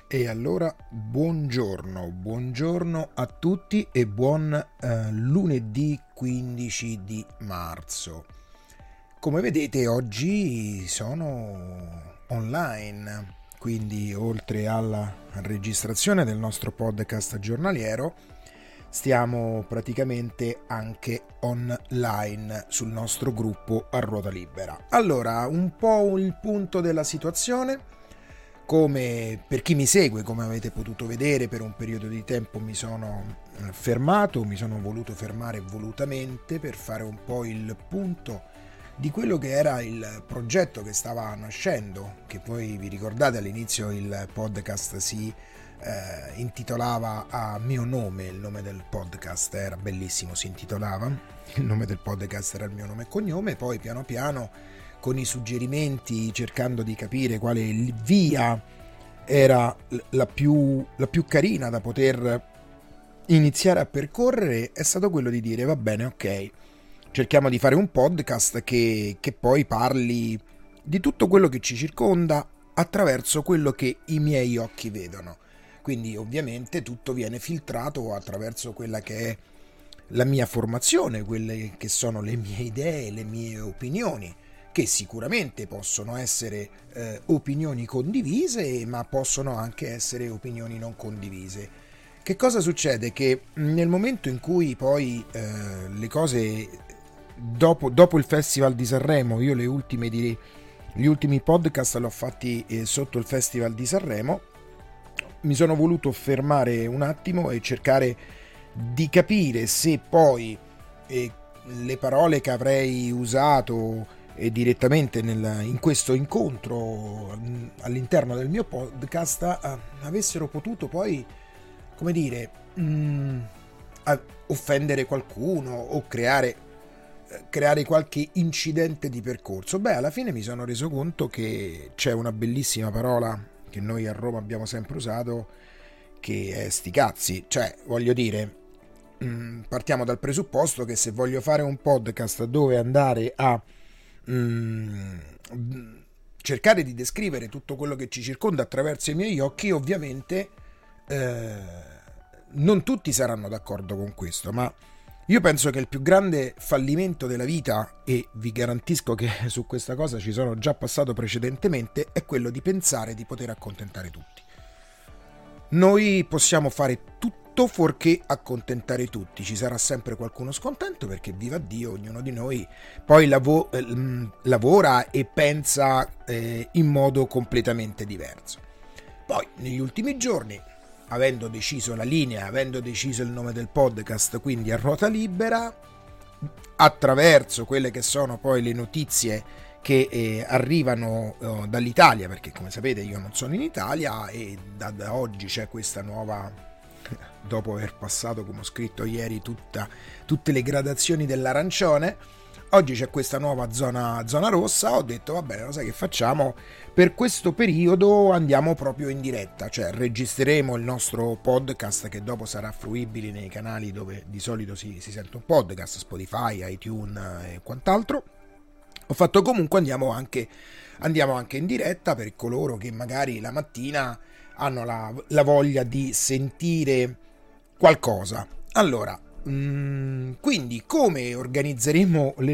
E allora buongiorno a tutti e buon lunedì 15 di marzo. Come vedete oggi sono online, quindi oltre alla registrazione del nostro podcast giornaliero stiamo praticamente anche online sul nostro gruppo A Ruota Libera. Allora, un po' il punto della situazione. Come per chi mi segue, come avete potuto vedere, per un periodo di tempo mi sono voluto fermare volutamente per fare un po' il punto di quello che era il progetto che stava nascendo, che poi vi ricordate all'inizio il podcast si intitolava a mio nome, il nome del podcast era bellissimo, si intitolava, il nome del podcast era il mio nome e cognome, poi piano piano con i suggerimenti, cercando di capire quale via era la più carina da poter iniziare a percorrere, è stato quello di dire va bene, ok, cerchiamo di fare un podcast che poi parli di tutto quello che ci circonda attraverso quello che i miei occhi vedono. Quindi ovviamente tutto viene filtrato attraverso quella che è la mia formazione, quelle che sono le mie idee, le mie opinioni, che sicuramente possono essere opinioni condivise, ma possono anche essere opinioni non condivise. Che cosa succede? Che nel momento in cui poi le cose, dopo il Festival di Sanremo, io gli ultimi podcast l'ho fatti sotto il Festival di Sanremo, mi sono voluto fermare un attimo e cercare di capire se poi le parole che avrei usato e direttamente in questo incontro all'interno del mio podcast avessero potuto poi, come dire, offendere qualcuno o creare qualche incidente di percorso. Beh, alla fine mi sono reso conto che c'è una bellissima parola che noi a Roma abbiamo sempre usato, che è sti cazzi. Cioè, voglio dire, partiamo dal presupposto che se voglio fare un podcast dove andare a cercare di descrivere tutto quello che ci circonda attraverso i miei occhi, ovviamente non tutti saranno d'accordo con questo, ma io penso che il più grande fallimento della vita, e vi garantisco che su questa cosa ci sono già passato precedentemente, è quello di pensare di poter accontentare tutti. Noi possiamo fare tutto fuorché accontentare tutti, ci sarà sempre qualcuno scontento perché viva Dio, ognuno di noi poi lavora e pensa in modo completamente diverso. Poi negli ultimi giorni, avendo deciso la linea, avendo deciso il nome del podcast, quindi A Ruota Libera, attraverso quelle che sono poi le notizie che arrivano dall'Italia, perché come sapete io non sono in Italia e da oggi c'è questa nuova, dopo aver passato, come ho scritto ieri, tutte le gradazioni dell'arancione, oggi c'è questa nuova zona rossa. Ho detto va bene, lo sai che facciamo? Per questo periodo andiamo proprio in diretta, cioè registreremo il nostro podcast che dopo sarà fruibile nei canali dove di solito si sente un podcast, Spotify, iTunes e quant'altro. Ho fatto comunque andiamo anche in diretta per coloro che magari la mattina hanno la voglia di sentire qualcosa. Allora, quindi come organizzeremo le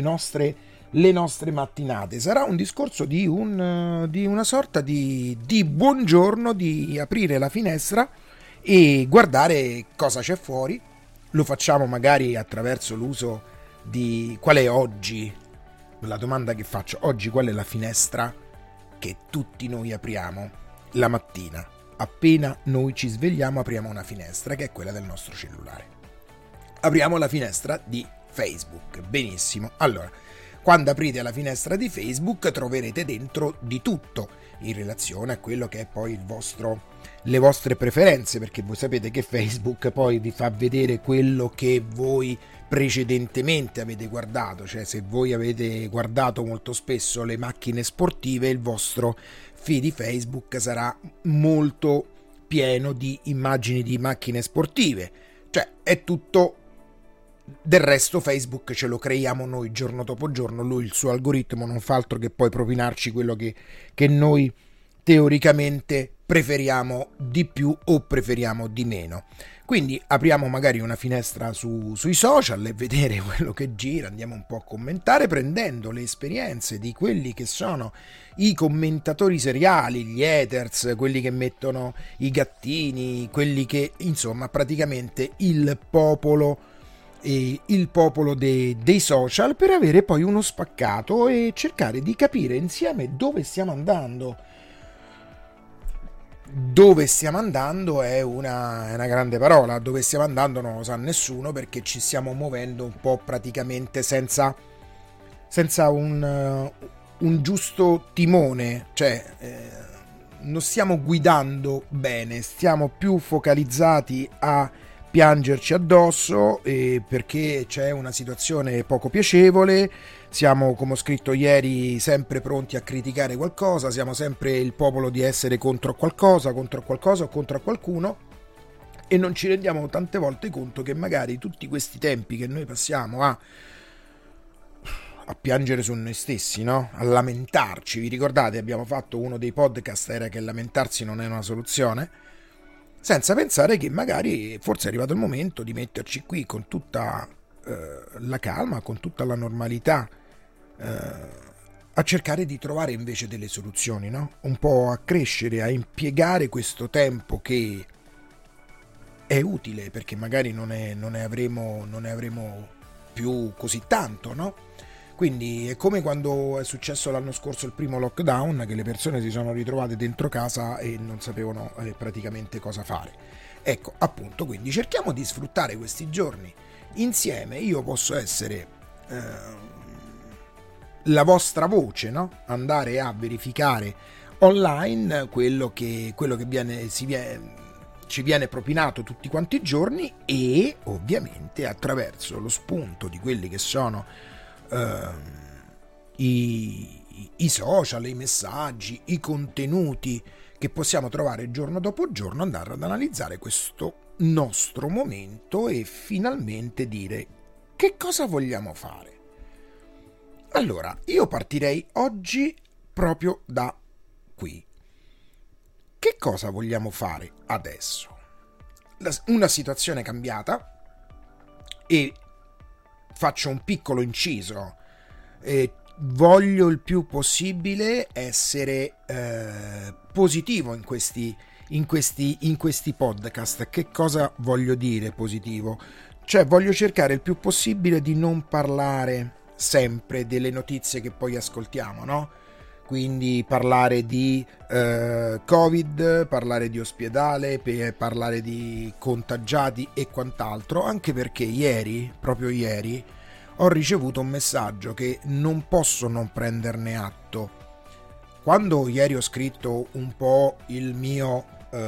nostre mattinate? Sarà un discorso di una sorta di buongiorno, di aprire la finestra e guardare cosa c'è fuori. Lo facciamo magari attraverso l'uso di qual è oggi. La domanda che faccio oggi: qual è la finestra che tutti noi apriamo la mattina? Appena noi ci svegliamo apriamo una finestra che è quella del nostro cellulare. Apriamo la finestra di Facebook. Benissimo. Allora, quando aprite la finestra di Facebook troverete dentro di tutto in relazione a quello che è poi le vostre preferenze, perché voi sapete che Facebook poi vi fa vedere quello che voi precedentemente avete guardato, cioè se voi avete guardato molto spesso le macchine sportive, il vostro feed di Facebook sarà molto pieno di immagini di macchine sportive, cioè è tutto. Del resto Facebook ce lo creiamo noi giorno dopo giorno, lui il suo algoritmo non fa altro che poi propinarci quello che noi teoricamente preferiamo di più o preferiamo di meno. Quindi apriamo magari una finestra sui social e vedere quello che gira, andiamo un po' a commentare prendendo le esperienze di quelli che sono i commentatori seriali, gli haters, quelli che mettono i gattini, quelli che insomma praticamente il popolo dei social, per avere poi uno spaccato e cercare di capire insieme dove stiamo andando. Dove stiamo andando è una grande parola, dove stiamo andando non lo sa nessuno, perché ci stiamo muovendo un po' praticamente senza un giusto timone, cioè non stiamo guidando bene, stiamo più focalizzati a piangerci addosso perché c'è una situazione poco piacevole. Siamo, come ho scritto ieri, sempre pronti a criticare qualcosa, siamo sempre il popolo di essere contro qualcosa o contro qualcuno, e non ci rendiamo tante volte conto che magari tutti questi tempi che noi passiamo a piangere su noi stessi, no? A lamentarci. Vi ricordate, abbiamo fatto uno dei podcast, era che lamentarsi non è una soluzione, senza pensare che magari forse è arrivato il momento di metterci qui con tutta la calma, con tutta la normalità, a cercare di trovare invece delle soluzioni, no? Un po' a crescere, a impiegare questo tempo che è utile, perché magari non ne avremo più così tanto, no? Quindi è come quando è successo l'anno scorso il primo lockdown, che le persone si sono ritrovate dentro casa e non sapevano praticamente cosa fare. Ecco, appunto, quindi cerchiamo di sfruttare questi giorni insieme. Io posso essere la vostra voce, no? Andare a verificare online quello che ci viene propinato tutti quanti i giorni, e ovviamente attraverso lo spunto di quelli che sono i social, i messaggi, i contenuti che possiamo trovare giorno dopo giorno, andare ad analizzare questo nostro momento e finalmente dire che cosa vogliamo fare. Allora, io partirei oggi proprio da qui. Che cosa vogliamo fare adesso? Una situazione cambiata, e faccio un piccolo inciso. Voglio il più possibile essere positivo in questi podcast. Che cosa voglio dire positivo? Cioè, voglio cercare il più possibile di non parlare sempre delle notizie che poi ascoltiamo, no? Quindi parlare di Covid, parlare di ospedale, parlare di contagiati e quant'altro, anche perché proprio ieri, ho ricevuto un messaggio che non posso non prenderne atto. Quando ieri ho scritto un po' il mio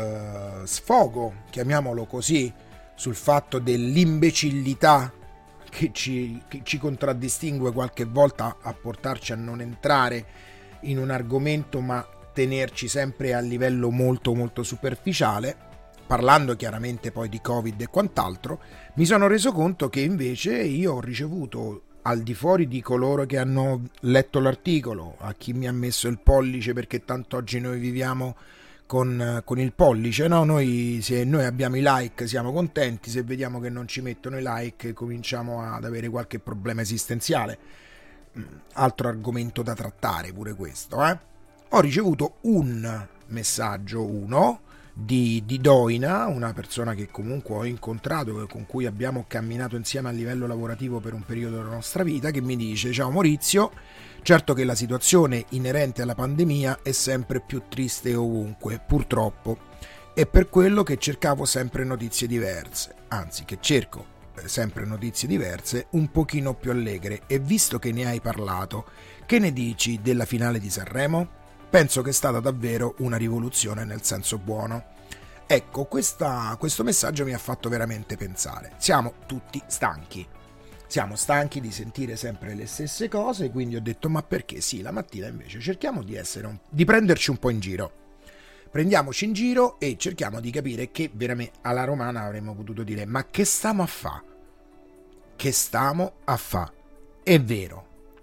sfogo, chiamiamolo così, sul fatto dell'imbecillità che ci contraddistingue qualche volta a portarci a non entrare in un argomento, ma tenerci sempre a livello molto molto superficiale, parlando chiaramente poi di Covid e quant'altro, mi sono reso conto che invece io ho ricevuto, al di fuori di coloro che hanno letto l'articolo, a chi mi ha messo il pollice, perché tanto oggi noi viviamo con il pollice, no? Se noi abbiamo i like siamo contenti, se vediamo che non ci mettono i like cominciamo ad avere qualche problema esistenziale. Altro argomento da trattare pure questo. Ho ricevuto un messaggio, di Doina, una persona che comunque ho incontrato e con cui abbiamo camminato insieme a livello lavorativo per un periodo della nostra vita, che mi dice: ciao Maurizio, certo che la situazione inerente alla pandemia è sempre più triste ovunque, purtroppo, è per quello che cercavo sempre notizie diverse, anzi che cerco sempre notizie diverse, un pochino più allegre, e visto che ne hai parlato, che ne dici della finale di Sanremo? Penso che è stata davvero una rivoluzione nel senso buono. Ecco, questo messaggio mi ha fatto veramente pensare. Siamo tutti stanchi. Siamo stanchi di sentire sempre le stesse cose, quindi ho detto: ma perché sì, la mattina invece cerchiamo di prenderci un po' in giro. Prendiamoci in giro e cerchiamo di capire che veramente alla romana avremmo potuto dire: ma che stiamo a fa? Che stiamo a fa? È vero.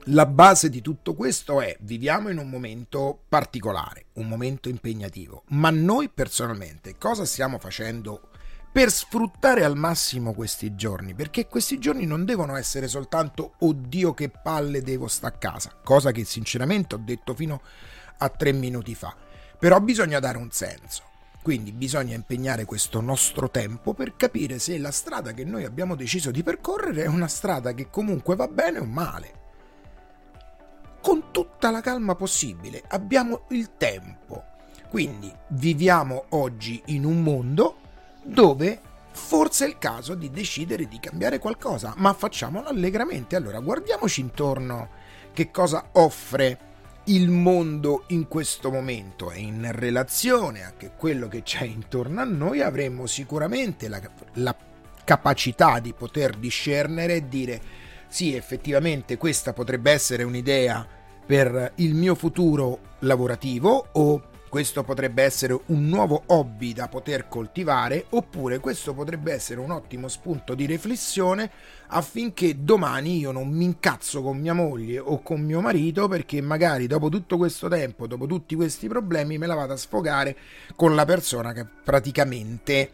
la base di tutto questo è: viviamo in un momento particolare, un momento impegnativo, ma noi personalmente cosa stiamo facendo per sfruttare al massimo questi giorni? Perché questi giorni non devono essere soltanto oddio che palle devo sta a casa, cosa che sinceramente ho detto fino a 3 minuti fa, però bisogna dare un senso. Quindi bisogna impegnare questo nostro tempo per capire se la strada che noi abbiamo deciso di percorrere è una strada che comunque va bene o male. Con tutta la calma possibile, abbiamo il tempo. Quindi viviamo oggi in un mondo dove forse è il caso di decidere di cambiare qualcosa, ma facciamolo allegramente. Allora guardiamoci intorno che cosa offre il mondo in questo momento, e in relazione a quello che c'è intorno a noi avremo sicuramente la capacità di poter discernere e dire: sì, effettivamente questa potrebbe essere un'idea per il mio futuro lavorativo, o questo potrebbe essere un nuovo hobby da poter coltivare, oppure questo potrebbe essere un ottimo spunto di riflessione affinché domani io non mi incazzo con mia moglie o con mio marito perché magari dopo tutto questo tempo, dopo tutti questi problemi, me la vado a sfogare con la persona che praticamente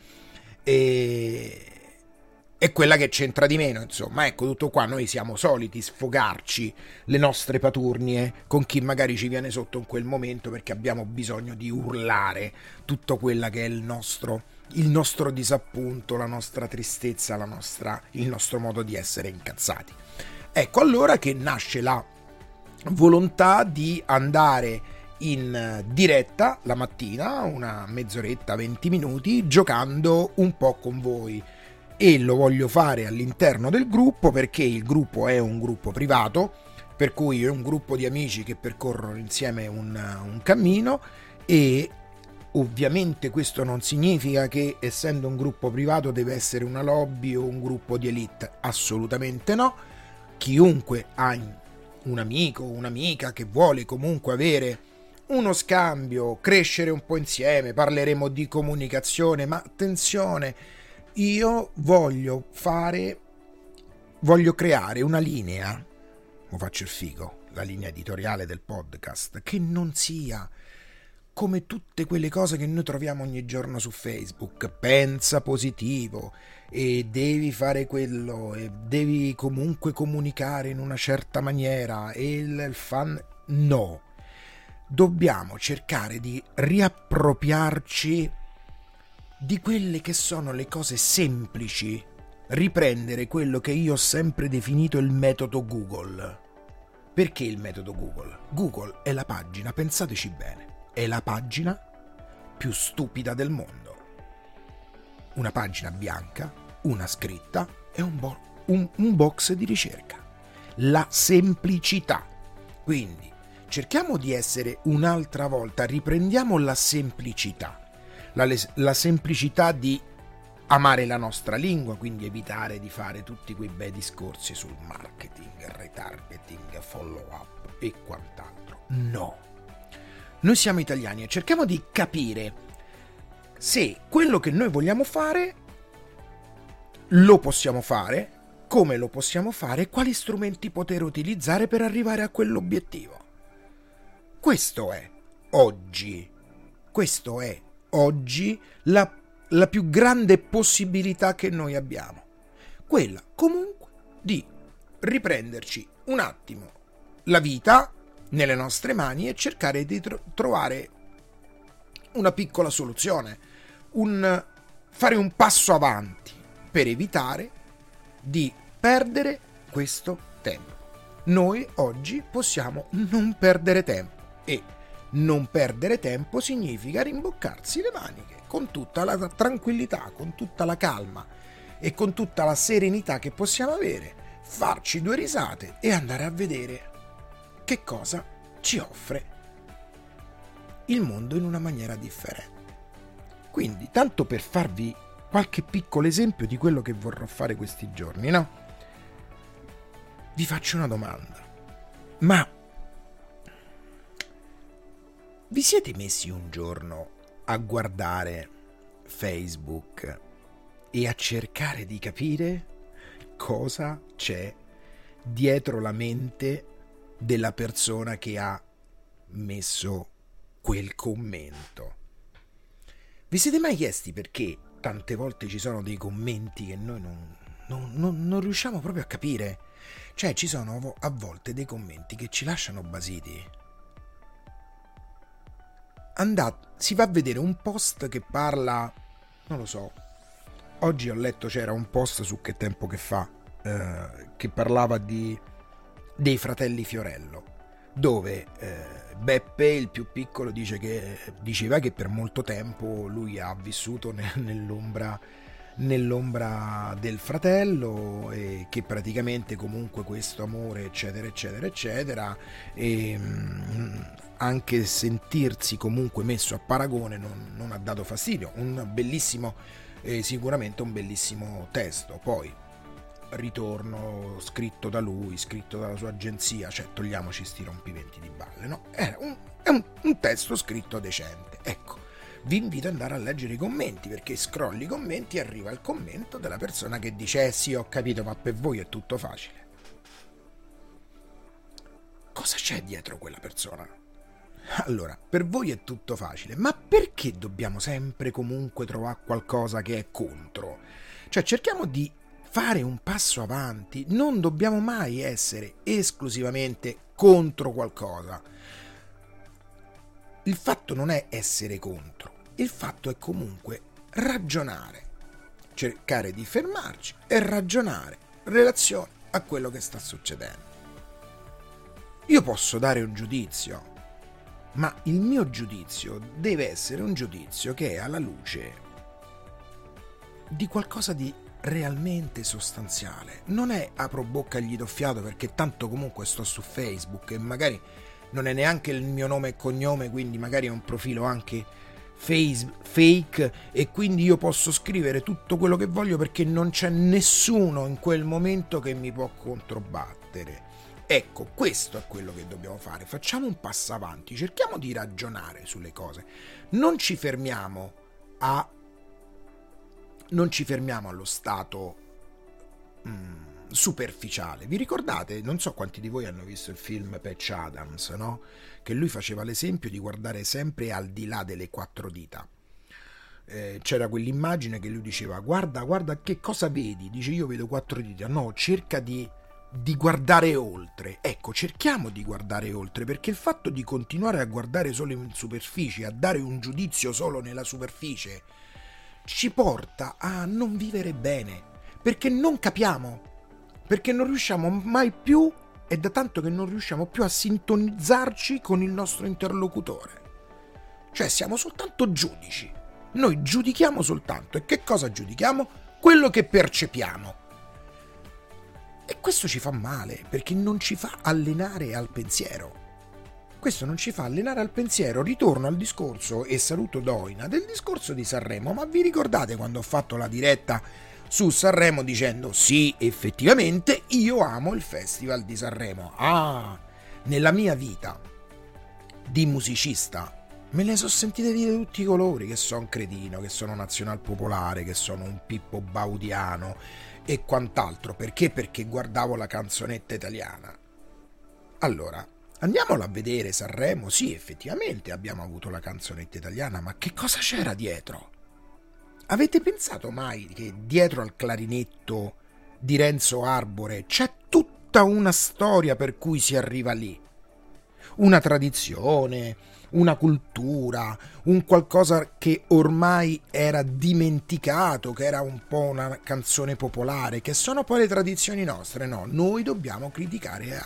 è quella che c'entra di meno. Insomma, ecco, tutto qua. Noi siamo soliti sfogarci le nostre paturnie con chi magari ci viene sotto in quel momento perché abbiamo bisogno di urlare tutto quella che è il nostro disappunto, la nostra tristezza, il nostro modo di essere incazzati. Ecco allora che nasce la volontà di andare in diretta la mattina, una mezz'oretta, 20 minuti, giocando un po' con voi. E lo voglio fare all'interno del gruppo perché il gruppo è un gruppo privato, per cui è un gruppo di amici che percorrono insieme un cammino, e ovviamente questo non significa che, essendo un gruppo privato, deve essere una lobby o un gruppo di elite, assolutamente no. Chiunque ha un amico o un'amica che vuole comunque avere uno scambio, crescere un po' insieme, parleremo di comunicazione, ma attenzione, io voglio creare una linea, lo faccio il figo, la linea editoriale del podcast, che non sia come tutte quelle cose che noi troviamo ogni giorno su Facebook: pensa positivo e devi fare quello e devi comunque comunicare in una certa maniera e il fan. No, dobbiamo cercare di riappropriarci di quelle che sono le cose semplici, riprendere quello che io ho sempre definito il metodo Google. Perché il metodo Google? Google è la pagina, pensateci bene, è la pagina più stupida del mondo. Una pagina bianca, una scritta e un box di ricerca. La semplicità. Quindi cerchiamo di essere un'altra volta, riprendiamo la semplicità. La semplicità di amare la nostra lingua, quindi evitare di fare tutti quei bei discorsi sul marketing, retargeting, follow up e quant'altro. No, noi siamo italiani e cerchiamo di capire se quello che noi vogliamo fare lo possiamo fare, come lo possiamo fare e quali strumenti poter utilizzare per arrivare a quell'obiettivo. Questo è oggi la più grande possibilità che noi abbiamo, quella comunque di riprenderci un attimo la vita nelle nostre mani e cercare di trovare una piccola soluzione, fare un passo avanti per evitare di perdere questo tempo. Noi oggi possiamo non perdere tempo, e non perdere tempo significa rimboccarsi le maniche con tutta la tranquillità, con tutta la calma e con tutta la serenità che possiamo avere, farci 2 risate e andare a vedere che cosa ci offre il mondo in una maniera differente. Quindi, tanto per farvi qualche piccolo esempio di quello che vorrò fare questi giorni, no? Vi faccio una domanda. Ma vi siete messi un giorno a guardare Facebook e a cercare di capire cosa c'è dietro la mente della persona che ha messo quel commento. Vi siete mai chiesti perché tante volte ci sono dei commenti che noi non riusciamo proprio a capire? Cioè, ci sono a volte dei commenti che ci lasciano basiti. Si va a vedere un post che parla, non lo so, oggi ho letto, c'era un post su Che Tempo Che Fa che parlava dei fratelli Fiorello, dove Beppe, il più piccolo, diceva che per molto tempo lui ha vissuto nell'ombra del fratello, e che praticamente comunque questo amore eccetera eccetera eccetera, e anche sentirsi comunque messo a paragone non ha dato fastidio. Un bellissimo, sicuramente un bellissimo testo. Poi ritorno scritto da lui, scritto dalla sua agenzia, cioè togliamoci sti rompimenti di balle, no? È un testo scritto decente. Ecco, vi invito ad andare a leggere i commenti, perché scrolli i commenti e arriva il commento della persona che dice sì, ho capito, ma per voi è tutto facile. Cosa c'è dietro quella persona? Allora, per voi è tutto facile, ma perché dobbiamo sempre comunque trovare qualcosa che è contro? Cioè, cerchiamo di fare un passo avanti, non dobbiamo mai essere esclusivamente contro qualcosa. Il fatto non è essere contro, il fatto è comunque ragionare, cercare di fermarci e ragionare in relazione a quello che sta succedendo. Io posso dare un giudizio, ma il mio giudizio deve essere un giudizio che è alla luce di qualcosa di realmente sostanziale. Non è apro bocca e gli do fiato perché tanto comunque sto su Facebook e magari non è neanche il mio nome e cognome, quindi magari è un profilo anche fake, e quindi io posso scrivere tutto quello che voglio perché non c'è nessuno in quel momento che mi può controbattere. Ecco, questo è quello che dobbiamo fare. Facciamo un passo avanti, cerchiamo di ragionare sulle cose. Non ci fermiamo allo stato superficiale. Vi ricordate? Non so quanti di voi hanno visto il film Patch Adams, no? Che lui faceva l'esempio di guardare sempre al di là delle quattro dita. C'era quell'immagine che lui diceva: guarda che cosa vedi? Dice: io vedo quattro dita. No, cerca di guardare oltre. Ecco, cerchiamo di guardare oltre, perché il fatto di continuare a guardare solo in superficie, a dare un giudizio solo nella superficie, ci porta a non vivere bene, perché non capiamo, perché non riusciamo mai più, è da tanto che non riusciamo più a sintonizzarci con il nostro interlocutore. Cioè siamo soltanto giudici, noi giudichiamo soltanto. E che cosa giudichiamo? Quello che percepiamo. E questo ci fa male, perché non ci fa allenare al pensiero. Questo non ci fa allenare al pensiero. Ritorno al discorso, e saluto Doina, del discorso di Sanremo. Ma vi ricordate quando ho fatto la diretta su Sanremo dicendo: sì, effettivamente io amo il Festival di Sanremo. Nella mia vita di musicista me ne sono sentite dire tutti i colori, che sono un cretino, che sono nazional popolare, che sono un Pippo Baudiano e quant'altro. Perché? Perché guardavo la canzonetta italiana. Allora, andiamola a vedere Sanremo. Sì, effettivamente abbiamo avuto la canzonetta italiana, ma che cosa c'era dietro? Avete pensato mai che dietro al clarinetto di Renzo Arbore c'è tutta una storia per cui si arriva lì? Una tradizione, una cultura, un qualcosa che ormai era dimenticato, che era un po' una canzone popolare, che sono poi le tradizioni nostre. No, noi dobbiamo criticare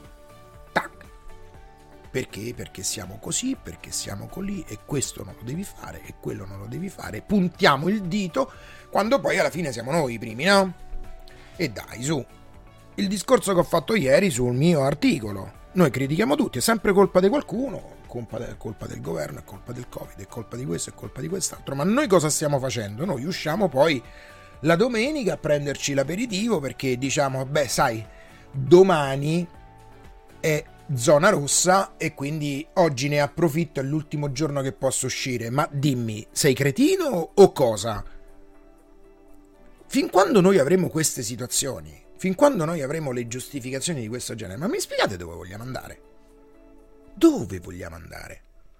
perché? Perché siamo così, perché siamo colì, e questo non lo devi fare e quello non lo devi fare. Puntiamo il dito quando poi alla fine siamo noi i primi, no? E dai, su. Il discorso che ho fatto ieri sul mio articolo. Noi critichiamo tutti, è sempre colpa di qualcuno, colpa del governo, è colpa del Covid, è colpa di questo, è colpa di quest'altro. Ma noi cosa stiamo facendo? Noi usciamo poi la domenica a prenderci l'aperitivo perché diciamo: beh, sai, domani è zona rossa e quindi oggi ne approfitto, è l'ultimo giorno che posso uscire. Ma dimmi, sei cretino o cosa? Fin quando noi avremo queste situazioni, fin quando noi avremo le giustificazioni di questo genere, ma mi spiegate dove vogliamo andare? Dove vogliamo andare?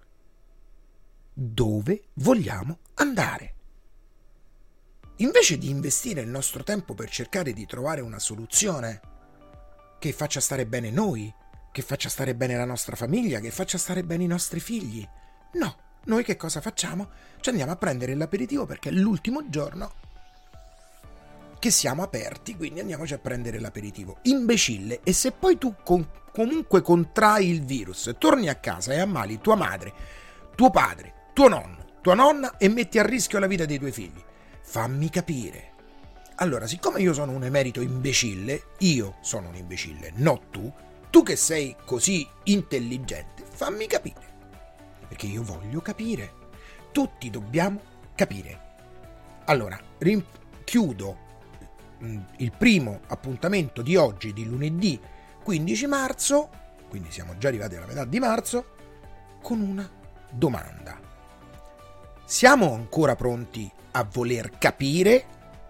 Dove vogliamo andare? Invece di investire il nostro tempo per cercare di trovare una soluzione che faccia stare bene noi, che faccia stare bene la nostra famiglia, che faccia stare bene i nostri figli, no, noi che cosa facciamo? Ci andiamo a prendere l'aperitivo perché è l'ultimo giorno che siamo aperti, quindi andiamoci a prendere l'aperitivo. Imbecille. E se poi tu comunque contrai il virus, torni a casa e ammali tua madre, tuo padre, tuo nonno, tua nonna e metti a rischio la vita dei tuoi figli, fammi capire. Allora, siccome io sono un emerito imbecille, io sono un imbecille, no tu che sei così intelligente, fammi capire. Perché io voglio capire. Tutti dobbiamo capire. Allora, chiudo il primo appuntamento di oggi, di lunedì 15 marzo, quindi siamo già arrivati alla metà di marzo, con una domanda. Siamo ancora pronti a voler capire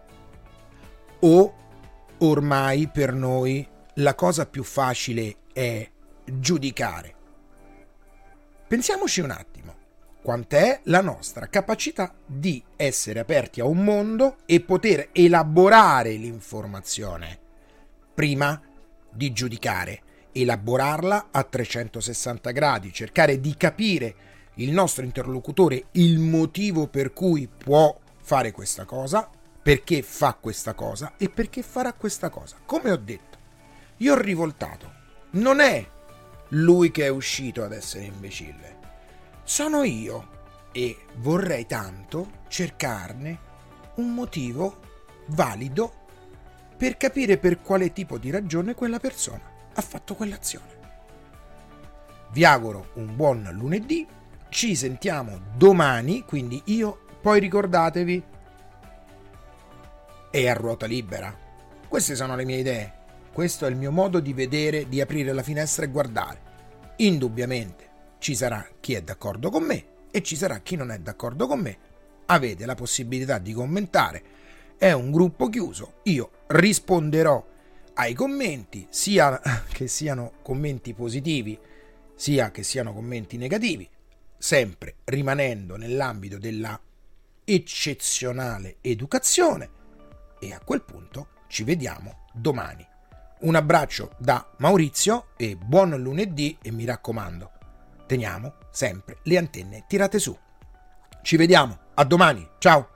o ormai per noi la cosa più facile è giudicare? Pensiamoci un attimo. Quant'è la nostra capacità di essere aperti a un mondo e poter elaborare l'informazione prima di giudicare, elaborarla a 360 gradi, cercare di capire il nostro interlocutore, il motivo per cui può fare questa cosa, perché fa questa cosa e perché farà questa cosa. Come ho detto, io ho rivoltato, non è lui che è uscito ad essere imbecille, sono io e vorrei tanto cercarne un motivo valido per capire per quale tipo di ragione quella persona ha fatto quell'azione. Vi auguro un buon lunedì, ci sentiamo domani, quindi poi ricordatevi, è a ruota libera. Queste sono le mie idee, questo è il mio modo di vedere, di aprire la finestra e guardare. Indubbiamente ci sarà chi è d'accordo con me e ci sarà chi non è d'accordo con me. Avete la possibilità di commentare, è un gruppo chiuso, io risponderò ai commenti, sia che siano commenti positivi, sia che siano commenti negativi, sempre rimanendo nell'ambito della eccezionale educazione, e a quel punto ci vediamo domani. Un abbraccio da Maurizio e buon lunedì, e mi raccomando, teniamo sempre le antenne tirate su. Ci vediamo, a domani, ciao!